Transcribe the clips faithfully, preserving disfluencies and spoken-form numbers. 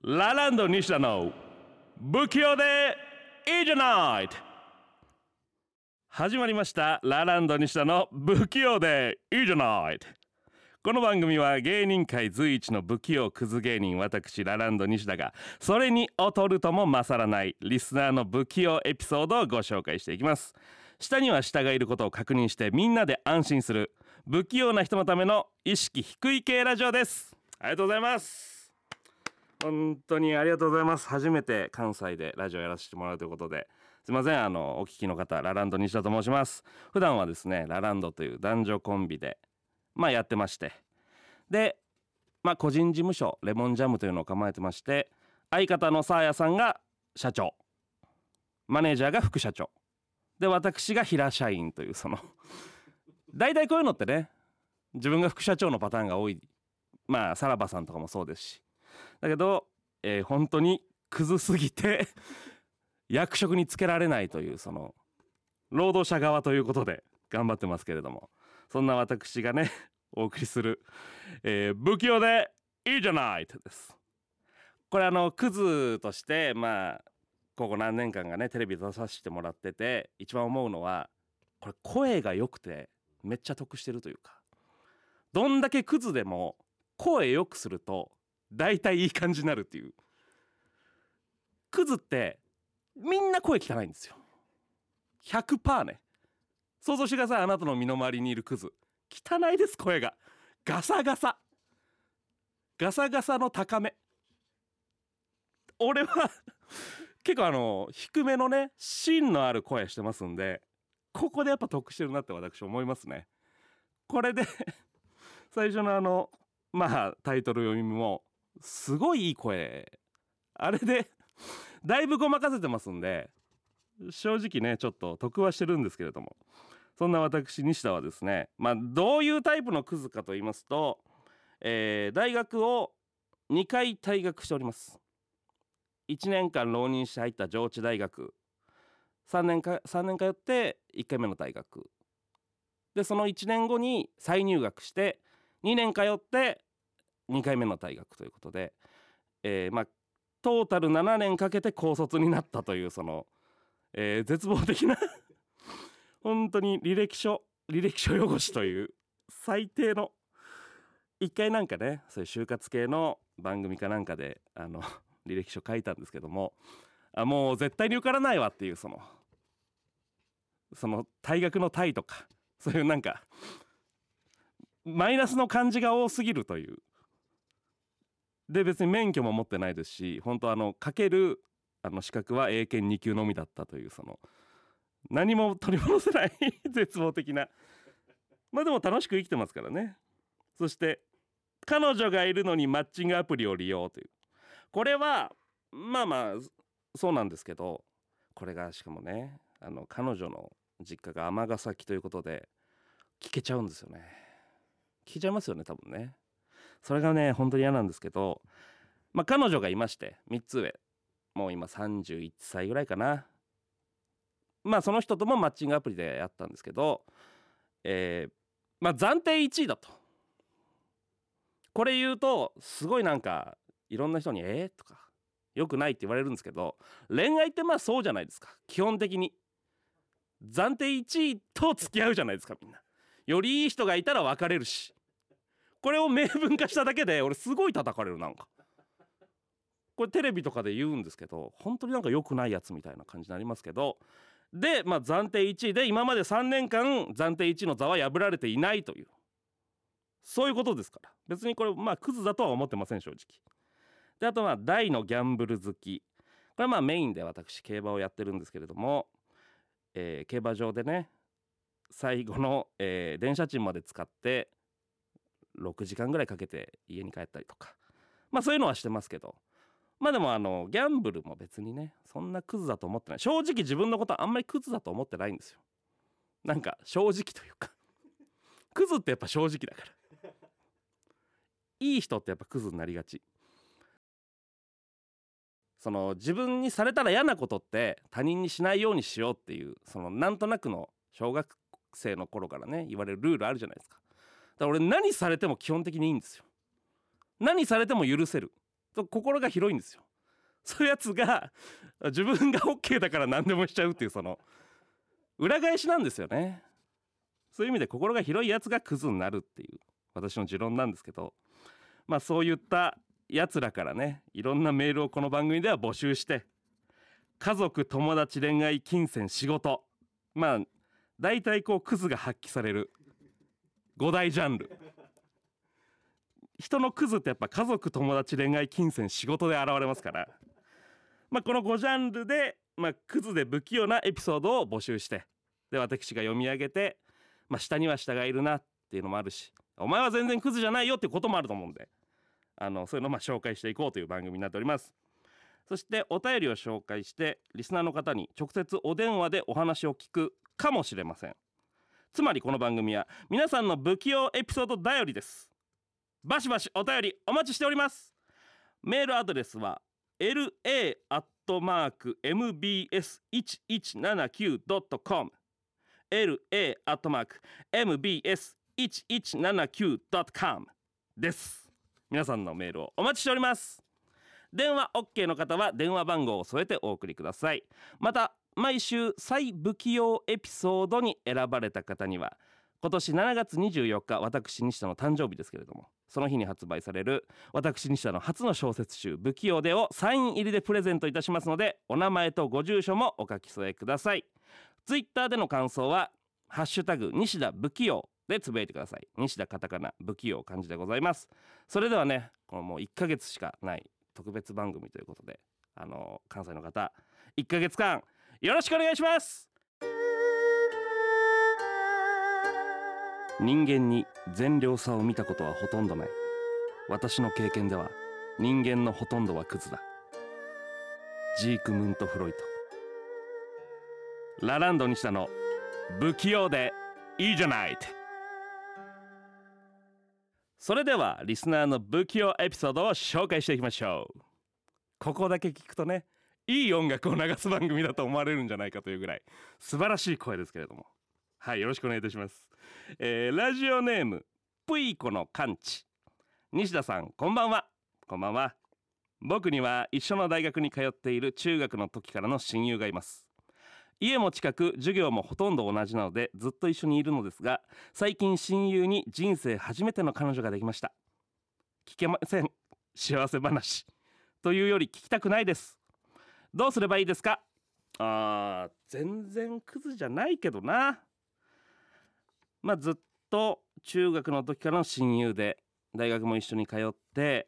ラランド西田の不器用でいいじゃない。始まりました。ラランド西田の不器用でいいじゃない。この番組は芸人界随一の不器用クズ芸人私ラランド西田がそれに劣るとも勝らないリスナーの不器用エピソードをご紹介していきます。下には下がいることを確認してみんなで安心する不器用な人のための意識低い系ラジオです。ありがとうございます。本当にありがとうございます。初めて関西でラジオやらせてもらうということで、すいません、あのお聞きの方、ラランド西田と申します。普段はですね、ラランドという男女コンビでまあやってまして、でまあ個人事務所レモンジャムというのを構えてまして、相方のサーヤさんが社長、マネージャーが副社長で、私が平社員という、その大体こういうのってね、自分が副社長のパターンが多い。まあさらばさんとかもそうですし、だけど、えー、本当にクズすぎて役職につけられないという、その労働者側ということで頑張ってますけれども、そんな私がねお送りする、えー、不器用でいいじゃないです。これあのクズとしてまあここ何年間がねテレビ出させてもらってて一番思うのは、これ声が良くてめっちゃ得してるというか、どんだけクズでも声良くすると大体いい感じになるっていう。クズってみんな声汚いんですよ。 ひゃくパーセント ね。想像してください。あなたの身の回りにいるクズ、汚いです。声がガサガサガサガサの高め。俺は結構あの低めのね芯のある声してますんで、ここでやっぱ得してるなって私思いますね。これで最初のあのまあタイトル読みもすごいいい声、あれでだいぶごまかせてますんで、正直ねちょっと得はしてるんですけれども、そんな私西田はですね、まあどういうタイプのクズかと言いますと、えー、大学をにかい退学しております。いちねんかん浪人して入った上智大学、さんねんかさんねん通っていっかいめの大学で、そのいちねんごに再入学してにねん通ってにかいめの大学ということで、えー、まあトータルななねんかけて高卒になったという、その、えー、絶望的な本当に履歴書履歴書汚しという最低の。一回なんかねそういう就活系の番組かなんかであの履歴書書いたんですけども、あもう絶対に受からないわっていう、そのその退学の退とかそういうなんかマイナスの漢字が多すぎるという。で別に免許も持ってないですし、本当あの書けるあの資格は英検に級のみだったという、その何も取り戻せない絶望的な。まあでも楽しく生きてますからね。そして彼女がいるのにマッチングアプリを利用という、これはまあまあそうなんですけど、これがしかもねあの彼女の実家が尼崎ということで聞けちゃうんですよね。聞いちゃいますよね多分ね。それがね本当に嫌なんですけど、まあ彼女がいまして、みっつ上、もう今さんじゅういっさいぐらいかな。まあその人ともマッチングアプリでやったんですけど、えー、まあ暫定いちいだと。これ言うとすごいなんかいろんな人にえーとか良くないって言われるんですけど、恋愛ってまあそうじゃないですか。基本的に暫定いちいと付き合うじゃないですか。みんなよりいい人がいたら別れるし、これを明文化しただけで俺すごい叩かれる。なんかこれテレビとかで言うんですけど、本当になんか良くないやつみたいな感じになりますけど、でまあ暫定いちいで今までさんねんかん暫定いちいの座は破られていないという、そういうことですから、別にこれまあクズだとは思ってません正直。であとは大のギャンブル好き、これはまあメインで私競馬をやってるんですけれども、えー、競馬場でね最後の、えー、電車賃まで使ってろくじかんぐらいかけて家に帰ったりとか、まあそういうのはしてますけど、まあでもあのギャンブルも別にねそんなクズだと思ってない。正直自分のことはあんまりクズだと思ってないんですよ。なんか正直というかクズってやっぱ正直だからいい人ってやっぱクズになりがち。その自分にされたら嫌なことって他人にしないようにしようっていう、そのなんとなくの小学生の頃からね言われるルールあるじゃないですか。だから俺何されても基本的にいいんですよ。何されても許せる。 と心が広いんですよ。そういうやつが自分が OK だから何でもしちゃうっていう、その裏返しなんですよね。そういう意味で心が広いやつがクズになるっていう私の持論なんですけど、まあそういったやつらからね、いろんなメールをこの番組では募集して、家族、友達、恋愛、金銭、仕事、まあ大体こうクズが発揮されるご大ジャンル。人のクズってやっぱ家族、友達、恋愛、金銭、仕事で現れますから、まあこのごジャンルで、まあクズで不器用なエピソードを募集して、で私が読み上げて、まあ下には下がいるなっていうのもあるし、お前は全然クズじゃないよっていうこともあると思うんで、あのそういうのをまあ紹介していこうという番組になっております。そしてお便りを紹介してリスナーの方に直接お電話でお話を聞くかもしれません。つまりこの番組は皆さんの不器用エピソード頼りです。バシバシお便りお待ちしております。メールアドレスは エルエー アットマーク エムビーエスいちいちななきゅう ドットコム エルエー アットマーク エムビーエスいちいちななきゅう ドットコム です。皆さんのメールをお待ちしております。電話 OK の方は電話番号を添えてお送りください。また毎週最不器用エピソードに選ばれた方には、今年しちがつにじゅうよっか私西田の誕生日ですけれども、その日に発売される私西田の初の小説集不器用でをサイン入りでプレゼントいたしますので、お名前とご住所もお書き添えください。ツイッターでの感想はハッシュタグ西田不器用でつぶやいてください。西田カタカナ、不器用漢字でございます。それではね、このもういっかげつしかない特別番組ということで、あの関西の方いっかげつかんよろしくお願いします。人間に善良さを見たことはほとんどない。私の経験では人間のほとんどはクズだ。ジークムント・フロイト。ラランド西田の不器用でいいじゃないって。それではリスナーの不器用エピソードを紹介していきましょう。ここだけ聞くとね、いい音楽を流す番組だと思われるんじゃないかというぐらい素晴らしい声ですけれども、はい、よろしくお願いいたします。えー、ラジオネームプイコのカンチ。西田さんこんばんは。こんばんは。僕には一緒の大学に通っている中学の時からの親友がいます。家も近く授業もほとんど同じなのでずっと一緒にいるのですが、最近親友に人生初めての彼女ができました。聞けません、幸せ話というより聞きたくないです。どうすればいいですか？あー、全然クズじゃないけどな。まあずっと中学の時からの親友で大学も一緒に通って、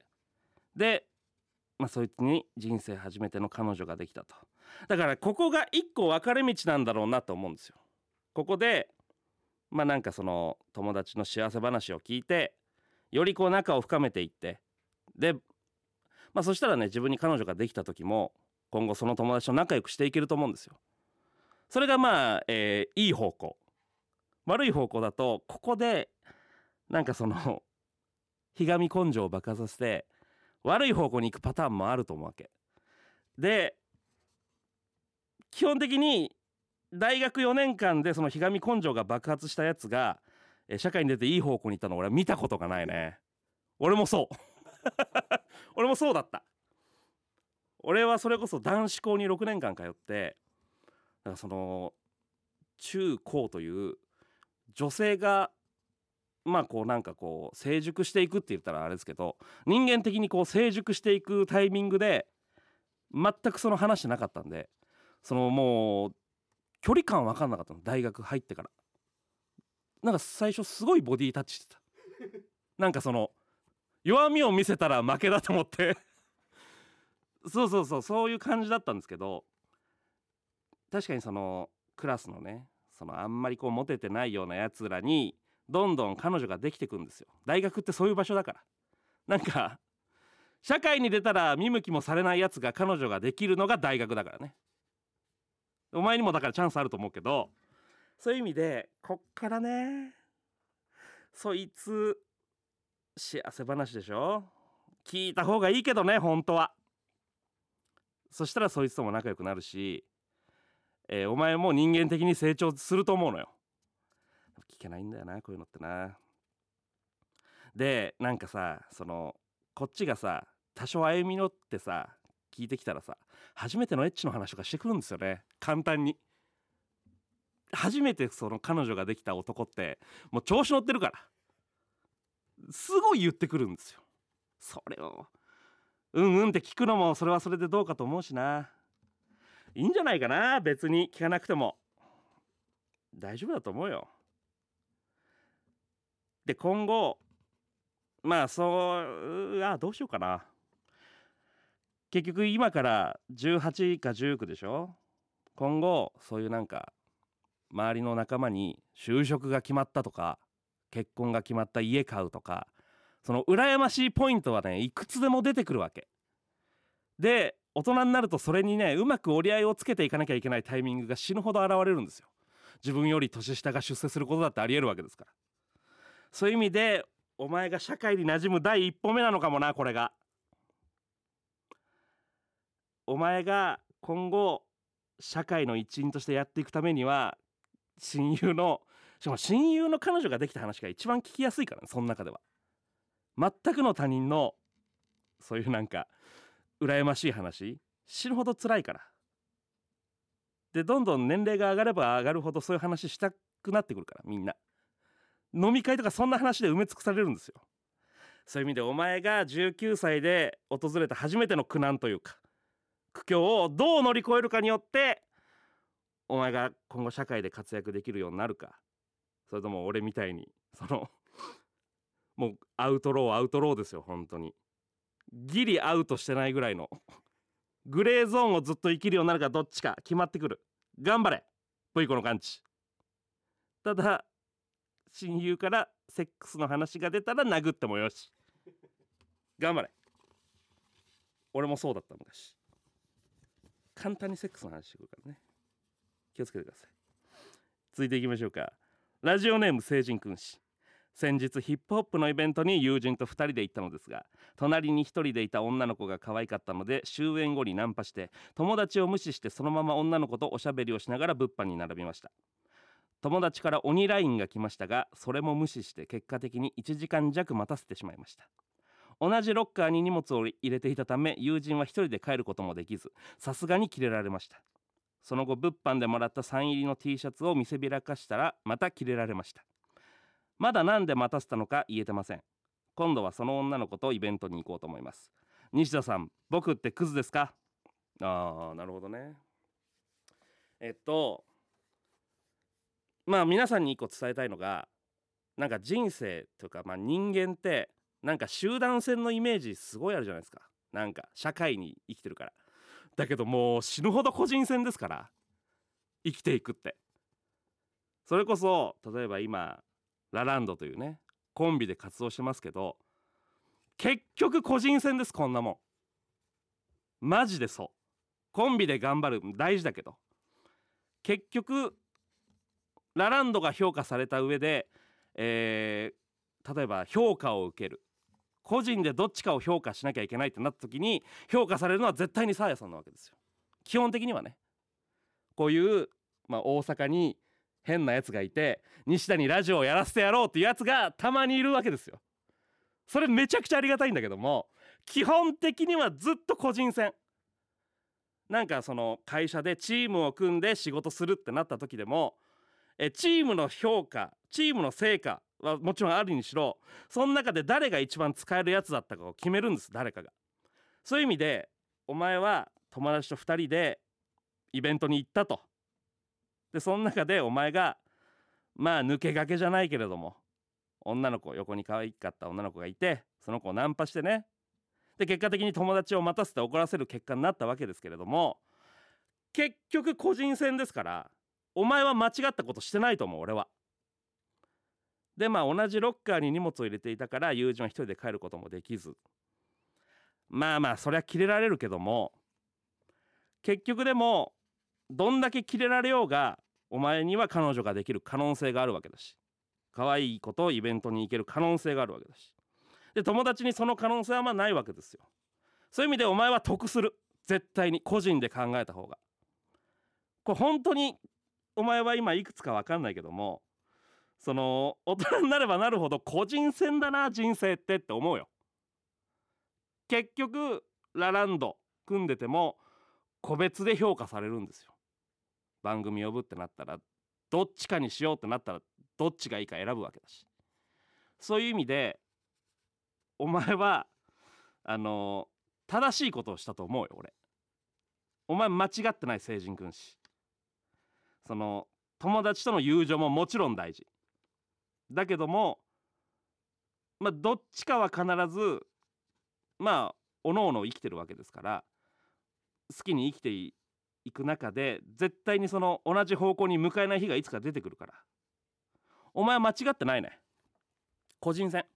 でまあそいつに人生初めての彼女ができたと。だからここが一個分かれ道なんだろうなと思うんですよ。ここでまあなんかその友達の幸せ話を聞いて、よりこう仲を深めていって、でまあそしたらね、自分に彼女ができた時も今後その友達と仲良くしていけると思うんですよ。それがまあ、えー、いい方向。悪い方向だとここでなんかそのひがみ根性を爆発させて悪い方向に行くパターンもあると思うわけで、基本的に大学よねんかんでそのひがみ根性が爆発したやつが社会に出ていい方向に行ったのを俺は見たことがないね。俺もそう俺もそうだった。俺はそれこそ男子校にろくねんかん通って、だからその中高という女性がまあこうなんかこう成熟していくって言ったらあれですけど、人間的にこう成熟していくタイミングで全くその話してなかったんで、そのもう距離感分かんなかったの。大学入ってからなんか最初すごいボディタッチしてたなんかその弱みを見せたら負けだと思ってそうそうそうそういう感じだったんですけど、確かにそのクラスのね、そのあんまりこうモテてないようなやつらにどんどん彼女ができてくんですよ。大学ってそういう場所だから。なんか社会に出たら見向きもされないやつが彼女ができるのが大学だからね。お前にもだからチャンスあると思うけど、そういう意味でこっからね、そいつ幸せ話でしょ、聞いた方がいいけどね本当は。そしたらそいつとも仲良くなるし、えー、お前も人間的に成長すると思うのよ。聞けないんだよなこういうのってな。でなんかさ、そのこっちがさ多少歩み寄ってさ聞いてきたらさ、初めてのエッチの話とかしてくるんですよね。簡単に初めてその彼女ができた男ってもう調子乗ってるからすごい言ってくるんですよ。それをうんうんって聞くのもそれはそれでどうかと思うしな。いいんじゃないかな、別に聞かなくても大丈夫だと思うよ。で今後まあそうあどうしようかな。結局今からじゅうはちかじゅうきゅうでしょ。今後そういうなんか周りの仲間に就職が決まったとか結婚が決まった家買うとか、その羨ましいポイントはねいくつでも出てくるわけで、大人になるとそれにねうまく折り合いをつけていかなきゃいけないタイミングが死ぬほど現れるんですよ。自分より年下が出世することだってありえるわけですから。そういう意味でお前が社会に馴染む第一歩目なのかもな、これが。お前が今後社会の一員としてやっていくためには、親友のしかも親友の彼女ができた話が一番聞きやすいからね。その中では全くの他人のそういうなんか羨ましい話死ぬほど辛いから。でどんどん年齢が上がれば上がるほどそういう話したくなってくるから、みんな飲み会とかそんな話で埋め尽くされるんですよ。そういう意味でお前がじゅうきゅうさいで訪れた初めての苦難というか苦境をどう乗り越えるかによってお前が今後社会で活躍できるようになるか、それとも俺みたいにそのもうアウトローアウトローですよ。本当にギリアウトしてないぐらいのグレーゾーンをずっと生きるようになるか、どっちか決まってくる。頑張れブイコの感知。ただ親友からセックスの話が出たら殴ってもよし。頑張れ。俺もそうだった昔。簡単にセックスの話してくるからね、気をつけてください。続いていきましょうか。ラジオネーム成人君子。先日ヒップホップのイベントに友人とふたりで行ったのですが、隣にひとりでいた女の子が可愛かったので終演後にナンパして友達を無視してそのまま女の子とおしゃべりをしながら物販に並びました。友達から鬼ラインが来ましたが、それも無視して結果的にいちじかん弱待たせてしまいました。同じロッカーに荷物を入れていたため友人は一人で帰ることもできず、さすがにキレられました。その後物販でもらったサイン入りの T シャツを見せびらかしたらまたキレられました。まだなんで待たせたのか言えてません。今度はその女の子とイベントに行こうと思います。西田さん、僕ってクズですか？あー、なるほどね。えっとまあ皆さんに一個伝えたいのが、なんか人生というか、まあ人間ってなんか集団戦のイメージすごいあるじゃないですか。なんか社会に生きてるから。だけどもう死ぬほど個人戦ですから、生きていくって。それこそ例えば今ラランドというねコンビで活動してますけど、結局個人戦です。こんなもんマジでそう。コンビで頑張る大事だけど、結局ラランドが評価された上で、えー、例えば評価を受ける、個人でどっちかを評価しなきゃいけないってなった時に評価されるのは絶対にサーヤさんなわけですよ。基本的にはね。こういう、まあ、大阪に変なやつがいて西田にラジオをやらせてやろうっていうやつがたまにいるわけですよ。それめちゃくちゃありがたいんだけども、基本的にはずっと個人戦。なんかその会社でチームを組んで仕事するってなった時でも、えチームの評価、チームの成果はもちろんあるにしろ、その中で誰が一番使えるやつだったかを決めるんです、誰かが。そういう意味でお前は友達とふたりでイベントに行ったと。でその中でお前がまあ抜け駆けじゃないけれども女の子、横に可愛かった女の子がいて、その子をナンパしてね、で結果的に友達を待たせて怒らせる結果になったわけですけれども、結局個人戦ですから、お前は間違ったことしてないと思う、俺は。でまあ同じロッカーに荷物を入れていたから友人は一人で帰ることもできず、まあまあそりゃキレられるけども、結局でもどんだけキレられようがお前には彼女ができる可能性があるわけだし、可愛い子とイベントに行ける可能性があるわけだし、で友達にその可能性はまあないわけですよ。そういう意味でお前は得する。絶対に個人で考えた方が。これ本当にお前は今いくつか分かんないけども、その大人になればなるほど個人戦だな人生ってって思うよ。 結局ラランド組んでても個別で評価されるんですよ。番組呼ぶってなったらどっちかにしようってなったらどっちがいいか選ぶわけだし、そういう意味でお前はあの正しいことをしたと思うよ。俺お前間違ってない。成人君子、その友達との友情ももちろん大事だけども、まあどっちかは必ずまあおのおの生きてるわけですから、好きに生きていく中で絶対にその同じ方向に向かえない日がいつか出てくるから、お前は間違ってないね。個人戦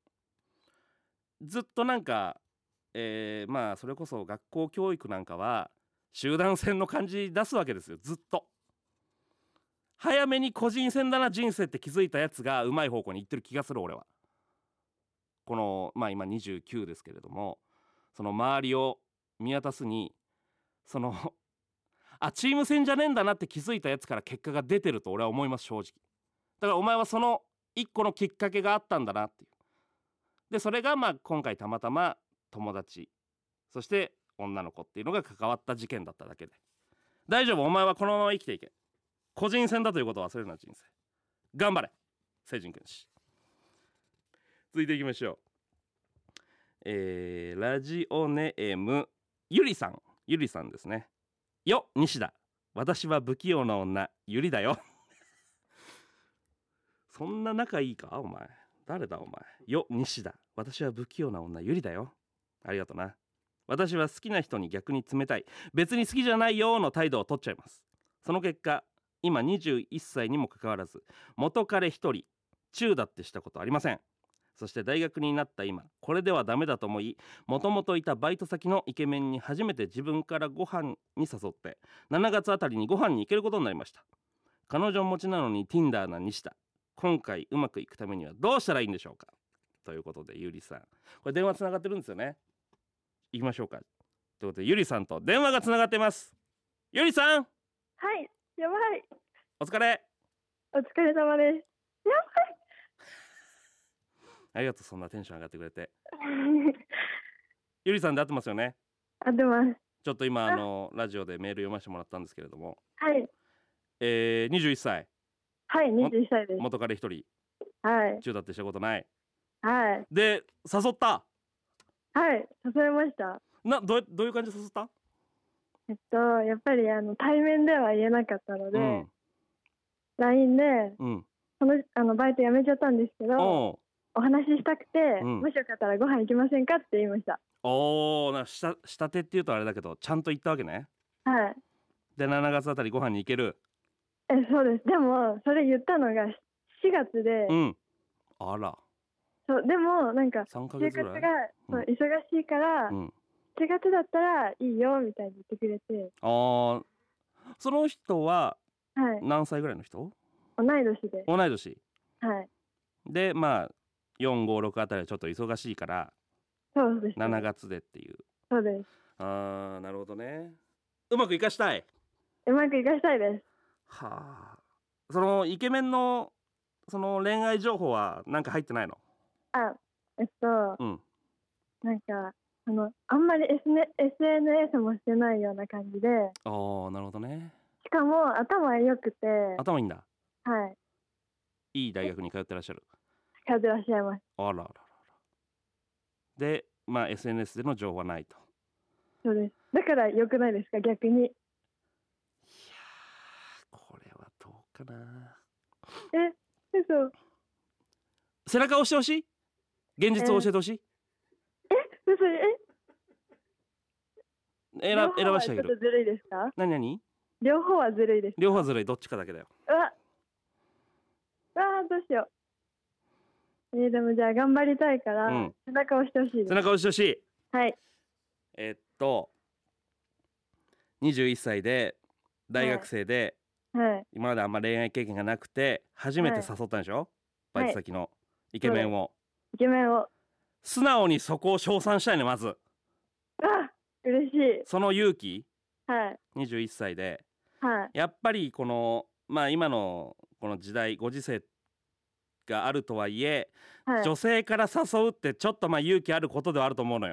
ずっとなんか、えー、まあそれこそ学校教育なんかは集団戦の感じ出すわけですよ。ずっと早めに個人戦だな人生って気づいたやつがうまい方向に行ってる気がする。俺はこのまあ今にじゅうきゅうですけれども、その周りを見渡すにそのあチーム戦じゃねえんだなって気づいたやつから結果が出てると俺は思います、正直。だからお前はその一個のきっかけがあったんだなっていう。でそれがまあ今回たまたま友達そして女の子っていうのが関わった事件だっただけで、大丈夫。お前はこのまま生きていけ。個人戦だということを忘れるな。人生頑張れ成人君子。続いていきましょう。えー、ラジオネームゆりさん。ゆりさんですね。よ西田、私は不器用な女ゆりだよそんな仲いいかお前。誰だお前。よ西田、私は不器用な女ゆりだよ。ありがとな。私は好きな人に逆に冷たい、別に好きじゃないよの態度を取っちゃいます。その結果今にじゅういっさいにもかかわらず元彼一人チューだってしたことありません。そして大学になった今これではダメだと思い、もともといたバイト先のイケメンに初めて自分からご飯に誘ってしちがつあたりにご飯に行けることになりました。彼女持ちなのに Tinder な西田、今回うまくいくためにはどうしたらいいんでしょうか、ということでゆりさん、これ電話つながってるんですよね。行きましょうか。ということでゆりさんと電話がつながっています。ゆりさん。 はい、やばい。 お疲れ。 お疲れ様です。やばいありがとう、そんなテンション上がってくれてゆりさんで合ってますよね。 合ってます。 ちょっと今あのラジオでメール読ませてもらったんですけれども、 はい。 えー、にじゅういっさい。 はいにじゅういっさいです。 元彼一人はいチューだってしたことない。 はいで誘った。 はい誘いました。 などうどういう感じで誘った。 えっとやっぱりあの対面では言えなかったので、うん、ライン で、うん、そのあのバイト辞めちゃったんですけど、お話ししたくて、うん、もしよかったらご飯行きませんかって言いました。 おお、な下下手って言うとあれだけどちゃんと言ったわけね。 はい。 でしちがつあたりご飯に行ける。 えそうです。でもそれ言ったのがしがつで、うん、 あら。 そうでもなんかさんかげつぐらい生活が、うん、そう忙しいから、うん、しがつだったらいいよみたいに言ってくれて。 あー、その人は何歳ぐらいの人。 はい、同い年で。 同い年。 はい。 でまあよんごろくあたりはちょっと忙しいからそうです、ね、 しちがつでっていう。 そうです。 あー、なるほどね。うまくいかしたい。 うまくいかしたいです。 はあ。そのイケメンのその恋愛情報はなんか入ってないの。 あ、えっと、うん、なんかあのあんまり エスエヌエス もしてないような感じで。 ああ、なるほどね。 しかも頭良くて。 頭いいんだ。 はい。 いい大学に通ってらっしゃる。 通ってらっしゃいます。 あらあらあら。でまあ エスエヌエス での情報はないと。 そうです。だから良くないですか逆に。いやこれはどうかな。 え嘘。 背中を押してほしい。現実を教えてほしい。 ええ嘘え選選ばしてあげる。 ちょっとずるいですか。 何何。 両方はずるいですか。 両方はずるい。どっちかだけだよ。 うわうわどうしよう。えー、でもじゃあ頑張りたいから、うん、背中を押してほしいです。 背中を押してほしい。 はい。 えー、っとにじゅういっさいで大学生で、はいはい、今まであんま恋愛経験がなくて初めて誘ったんでしょ、はい、バイト先のイケメンを、はい、 イケメンを素直にそこを称賛したいね。まずあ嬉しい。 その勇気、 はい、 にじゅういっさいで、 はい、 やっぱりこのまあ今のこの時代ご時世があるとはいえ、はい、女性から誘うってちょっとまあ勇気あることではあると思うのよ。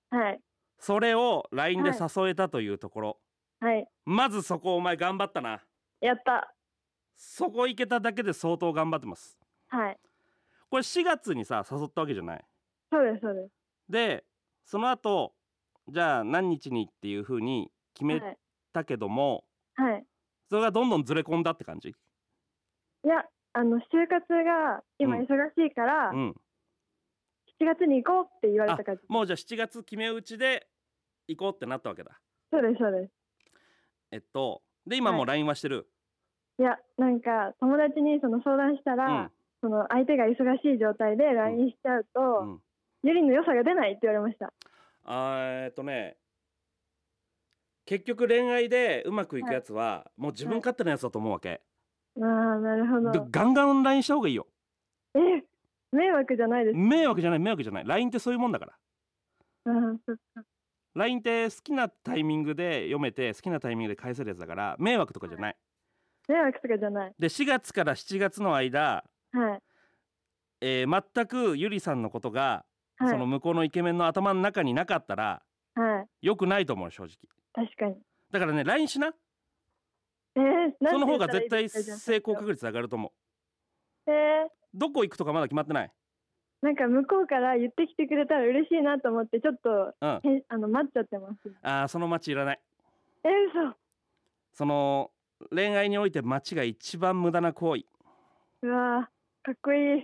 はい。 それを ライン で誘えたというところ、 はい。 まずそこお前頑張ったな。 やった。 そこ行けただけで相当頑張ってます。 はい。 これしがつにさ誘ったわけじゃない。 そうですそうです。 でその後じゃあ何日にっていう風に決めたけども、 はい、 それがどんどんずれ込んだって感じ？ いや、あの就活が今忙しいから、うんうん、しちがつに行こうって言われた感じ。 もうじゃあしちがつ決め打ちで行こうってなったわけだ。 そうですそうです。 えっとで今もう ライン はしてる？ いや、なんか友達にその相談したら、うん、その相手が忙しい状態で ライン しちゃうと、うんうん、ゆりの良さが出ないって言われました。 あーえっとね結局恋愛でうまくいくやつは、はい、もう自分勝手なやつだと思うわけ、はい、 ああ、なるほど。 ガンガン ライン した方がいいよ。 え、迷惑じゃないですか？ 迷惑じゃない迷惑じゃない。 ライン ってそういうもんだから。 ああ、そっか。 ライン って好きなタイミングで読めて好きなタイミングで返せるやつだから迷惑とかじゃない、 はい、迷惑とかじゃない。 でしがつからしちがつの間、 はいえー、全くゆりさんのことが、はい、その向こうのイケメンの頭の中になかったら、はい、よくないと思う正直。 確かに。 だからね ライン しな。 えー、 その方が絶対成功確率上がると思う。えー、どこ行くとかまだ決まってない？ なんか向こうから言ってきてくれたら嬉しいなと思ってちょっと、うん、あの待っちゃってます。 あーその待ちいらない。 えー、嘘。 その恋愛において待ちが一番無駄な行為。 うわーかっこいい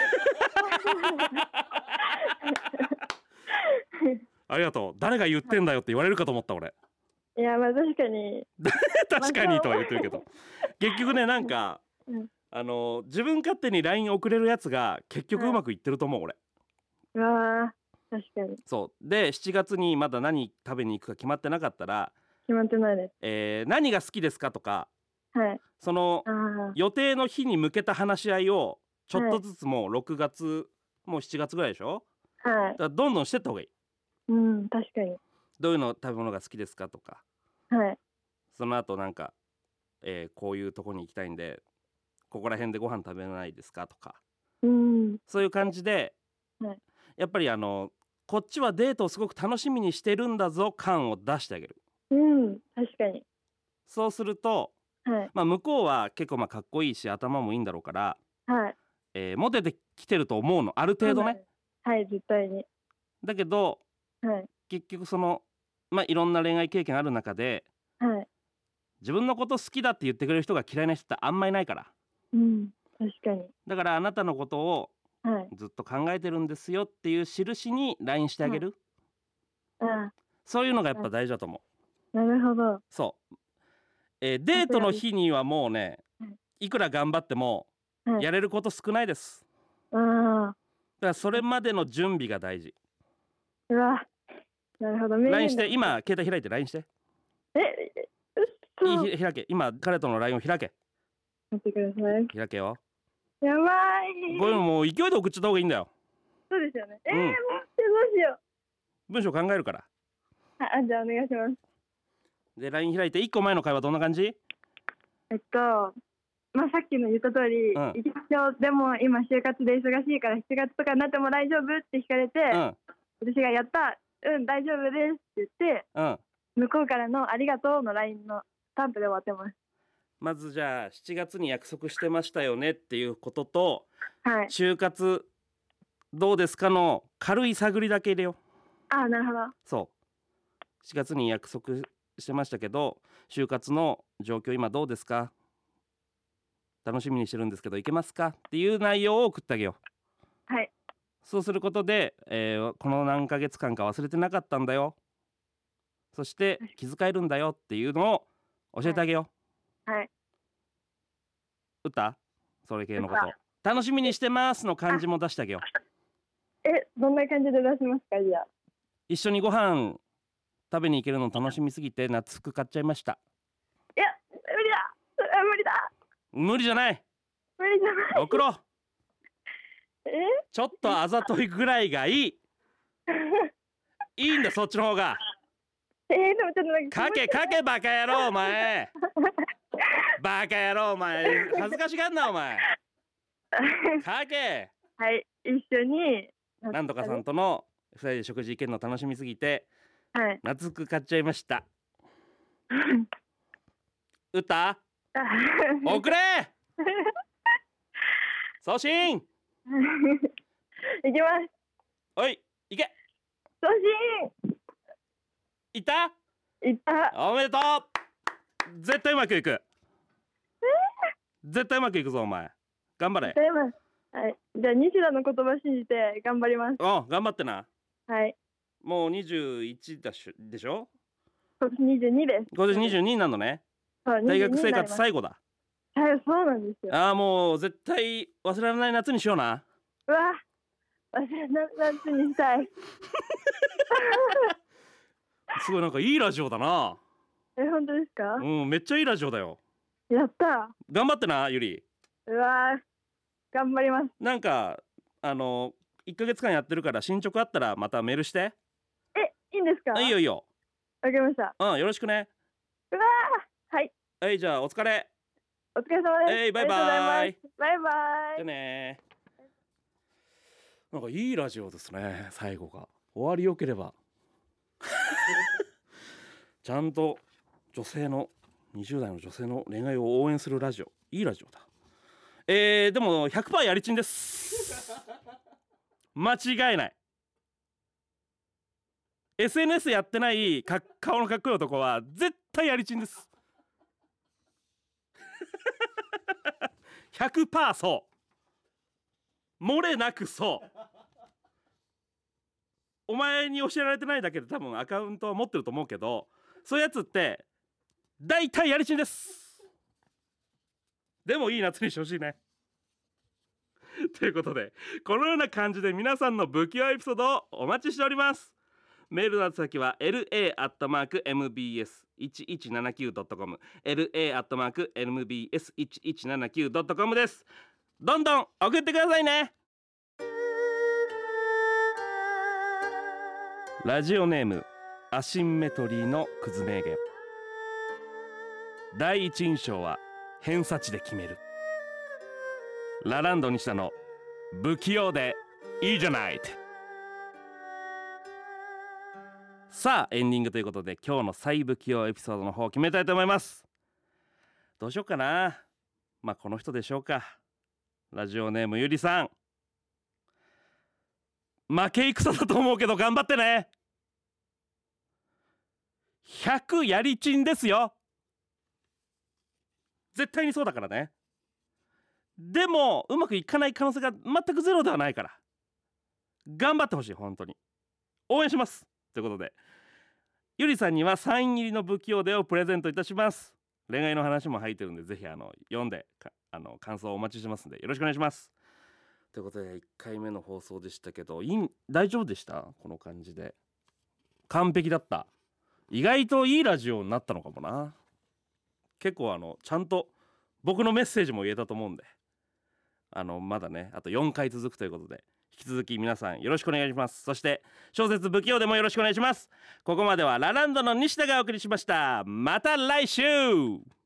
ありがとう。誰が言ってんだよって言われるかと思った俺。 いやまあ確かに確かにとは言ってるけど結局ねなんか、うん、あの自分勝手に ライン 送れるやつが結局うまくいってると思う、はい、 俺。うわ確かに。 そうでしちがつにまだ何食べに行くか決まってなかったら決まってないです、 えー、何が好きですかとか、 はい、 その予定の日に向けた話し合いをちょっとずつもうろくがつ、はい、もうしちがつぐらいでしょ、はい、だからどんどんしてった方がいい。 うん確かに。 どういうの食べ物が好きですかとか、 はい、その後なんか、えー、こういうとこに行きたいんでここら辺でご飯食べないですかとか、うん、そういう感じで、はい、やっぱりあのこっちはデートをすごく楽しみにしてるんだぞ感を出してあげる。 うん確かに。 そうすると、はいまあ、向こうは結構まあかっこいいし頭もいいんだろうから、はいえー、モテてきてると思うのある程度ね。 はい絶対に。 だけど、はい、結局そのまあいろんな恋愛経験ある中で、はい、自分のこと好きだって言ってくれる人が嫌いな人ってあんまりないから、 うん、確かに。 だからあなたのことをずっと考えてるんですよっていう印に ライン してあげる、はい、そういうのがやっぱ大事だと思う。なるほど。 そう、えー、デートの日にはもうねいくら頑張ってもやれること少ないです、はい、あだからそれまでの準備が大事。 うわなるほど。 ライン して今携帯開いて ライン して。えいい開け今彼との ライン を開け。 待ってください。 開けよ。 やばい。 これもう勢いで送っちゃった方がいいんだよ。 そうですよね。えー、うん、待ってどうしよう。文章考えるから。 あじゃあお願いします。 で ライン 開いていっこまえの会話どんな感じ？ えっとまあさっきの言った通り、うん、行きましょうでも今就活で忙しいからしちがつとかになっても大丈夫って聞かれて、うん、私がやったうん大丈夫ですって言って、うん、向こうからのありがとうの ライン のスタンプで終わってます。 まずじゃあしちがつに約束してましたよねっていうことと、はい、就活どうですかの軽い探りだけ入れよう。 ああなるほど。 そうしがつに約束してましたけど就活の状況今どうですか楽しみにしてるんですけどいけますかっていう内容を送ってあげよう。はい。 そうすることで、えー、この何ヶ月間か忘れてなかったんだよそして気遣えるんだよっていうのを教えてあげよう。はい、はい、打ったそれ系のこと楽しみにしてますの感じも出してあげよう。えどんな感じで出しますか？じゃあ一緒にご飯食べに行けるの楽しみすぎて夏服買っちゃいました。 いや無理だ無理だ無理じゃない無理じゃない送ろう。 えちょっとあざといぐらいがいいいいんだそっちの方が。 えー、でもちょっとなんかけかけバカ野郎お前バカ野郎お前恥ずかしがんなお前かけはい一緒になんとかさんとのふたりで食事行けるの楽しみすぎて、 はい、 夏服買っちゃいました歌遅れ送信行きます。 おい行け送信行った行った。 おめでとう。絶対うまくいく、えー、絶対うまくいくぞお前。頑張れ。 はい、じゃあ西田の言葉信じて頑張ります。 お頑張ってな。 はい。 もうにじゅういちだしでしょ。 今年にじゅうにです。 今年にじゅうにになのね。大学生活最後だ。 はい、そうなんですよ。 ああ、もう絶対忘れられない夏にしような。 うわ、忘れられない夏にしたいすごいなんかいいラジオだな。 え、本当ですか？ うん、めっちゃいいラジオだよ。 やった。 頑張ってな、ゆり。 うわ、頑張ります。 なんかあのいっかげつかんやってるから進捗あったらまたメールして。 え、いいんですか？ いいよいいよ。 わかりました。 うん、よろしくね。 うわ、はい。 はい、じゃあお疲れ。 お疲れ様です。 えい、バイバイ。 バイバイ。 じゃあね。なんかいいラジオですね。最後が終わりよければちゃんと女性のにじゅう代の女性の恋愛を応援するラジオ、いいラジオだ。えー、でも ひゃくパーセント やりちんです間違いない。 エスエヌエス やってないか顔のかっこいい男は絶対やりちんですひゃくパーセント そう漏れなくそう。お前に教えられてないだけで多分アカウントは持ってると思うけど、そういうやつって大体やりちんです。でもいい夏にしてほしいねということで、このような感じで皆さんの不器用エピソードをお待ちしております。メールの宛先は エルエー アットマーク エムビーエス いちいちななきゅう ドットコム エルエー アットマーク エムビーエス いちいちななきゅう ドットコム です。どんどん送ってくださいね。ラジオネームアシンメトリーのクズ名言。第一印象は偏差値で決める。ラランド西田の不器用でいいじゃないって。さあエンディングということで、今日の最不器用エピソードの方を決めたいと思います。どうしようかな。まあこの人でしょうか。ラジオネームゆりさん。負け戦だと思うけど頑張ってね。ひゃくやりちんですよ。絶対にそうだからね。でもうまくいかない可能性が全くゼロではないから頑張ってほしい。本当に応援しますということで、ゆりさんにはサイン入りの不器用でをプレゼントいたします。恋愛の話も入ってるんで、ぜひあの読んであの感想をお待ちしてますんでよろしくお願いします。ということでいっかいめの放送でしたけど、いい大丈夫でした？この感じで完璧だった。意外といいラジオになったのかもな。結構あのちゃんと僕のメッセージも言えたと思うんで、あのまだねあとよんかい続くということで、引き続き皆さんよろしくお願いします。そして小説不器用でもよろしくお願いします。ここまではラランドの西田がお送りしました。また来週。